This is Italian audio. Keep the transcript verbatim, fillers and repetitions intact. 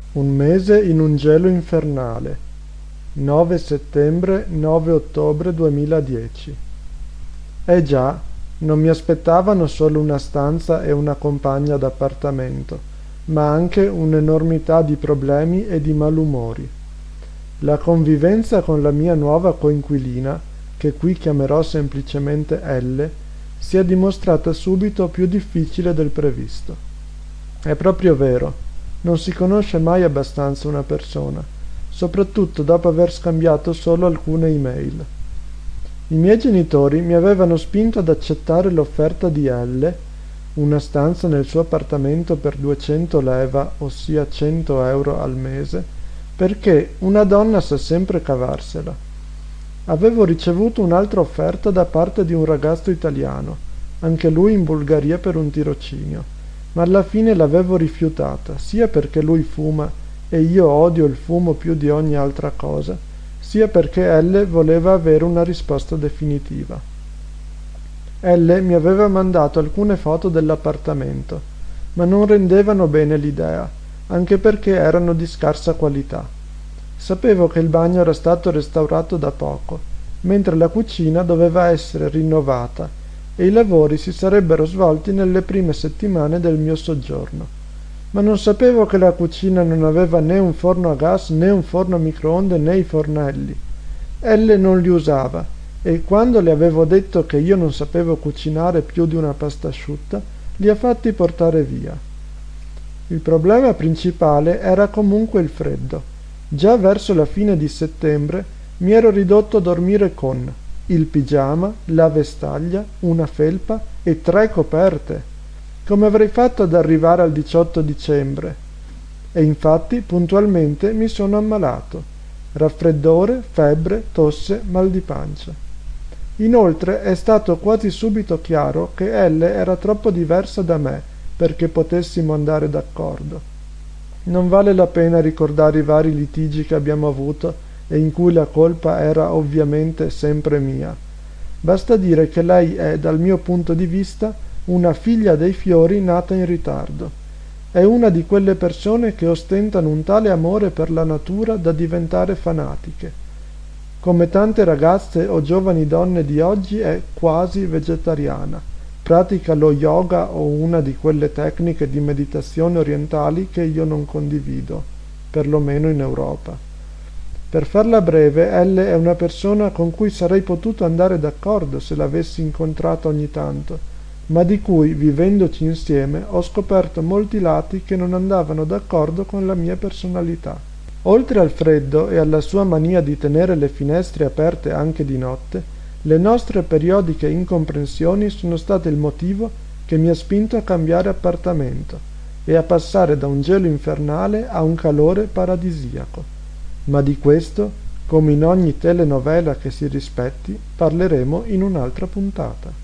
Un mese in un gelo infernale. nove settembre nove ottobre duemiladieci. Eh già, non mi aspettavano solo una stanza e una compagna d'appartamento, ma anche un'enormità di problemi e di malumori. La convivenza con la mia nuova coinquilina, che qui chiamerò semplicemente Elle, si è dimostrata subito più difficile del previsto. È proprio vero, non si conosce mai abbastanza una persona, soprattutto dopo aver scambiato solo alcune email. I miei genitori mi avevano spinto ad accettare l'offerta di Elle, una stanza nel suo appartamento per duecento leva, ossia cento euro al mese, perché una donna sa sempre cavarsela. Avevo ricevuto un'altra offerta da parte di un ragazzo italiano, anche lui in Bulgaria per un tirocinio, ma alla fine l'avevo rifiutata, sia perché lui fuma e io odio il fumo più di ogni altra cosa, sia perché Elle voleva avere una risposta definitiva. Elle mi aveva mandato alcune foto dell'appartamento, ma non rendevano bene l'idea, anche perché erano di scarsa qualità. Sapevo che il bagno era stato restaurato da poco, mentre la cucina doveva essere rinnovata e i lavori si sarebbero svolti nelle prime settimane del mio soggiorno. Ma non sapevo che la cucina non aveva né un forno a gas né un forno a microonde né i fornelli. Elle non li usava e quando le avevo detto che io non sapevo cucinare più di una pasta asciutta, li ha fatti portare via. Il problema principale era comunque il freddo. Già verso la fine di settembre mi ero ridotto a dormire con il pigiama, la vestaglia, una felpa e tre coperte. Come avrei fatto ad arrivare al diciotto dicembre? E infatti puntualmente mi sono ammalato. Raffreddore, febbre, tosse, mal di pancia. Inoltre è stato quasi subito chiaro che Elle era troppo diversa da me perché potessimo andare d'accordo. Non vale la pena ricordare i vari litigi che abbiamo avuto e in cui la colpa era ovviamente sempre mia. Basta dire che lei è, dal mio punto di vista, una figlia dei fiori nata in ritardo. È una di quelle persone che ostentano un tale amore per la natura da diventare fanatiche. Come tante ragazze o giovani donne di oggi è quasi vegetariana. Pratica lo yoga o una di quelle tecniche di meditazione orientali che io non condivido, perlomeno in Europa. Per farla breve, Elle è una persona con cui sarei potuto andare d'accordo se l'avessi incontrata ogni tanto, ma di cui, vivendoci insieme, ho scoperto molti lati che non andavano d'accordo con la mia personalità. Oltre al freddo e alla sua mania di tenere le finestre aperte anche di notte, le nostre periodiche incomprensioni sono state il motivo che mi ha spinto a cambiare appartamento e a passare da un gelo infernale a un calore paradisiaco. Ma di questo, come in ogni telenovela che si rispetti, parleremo in un'altra puntata.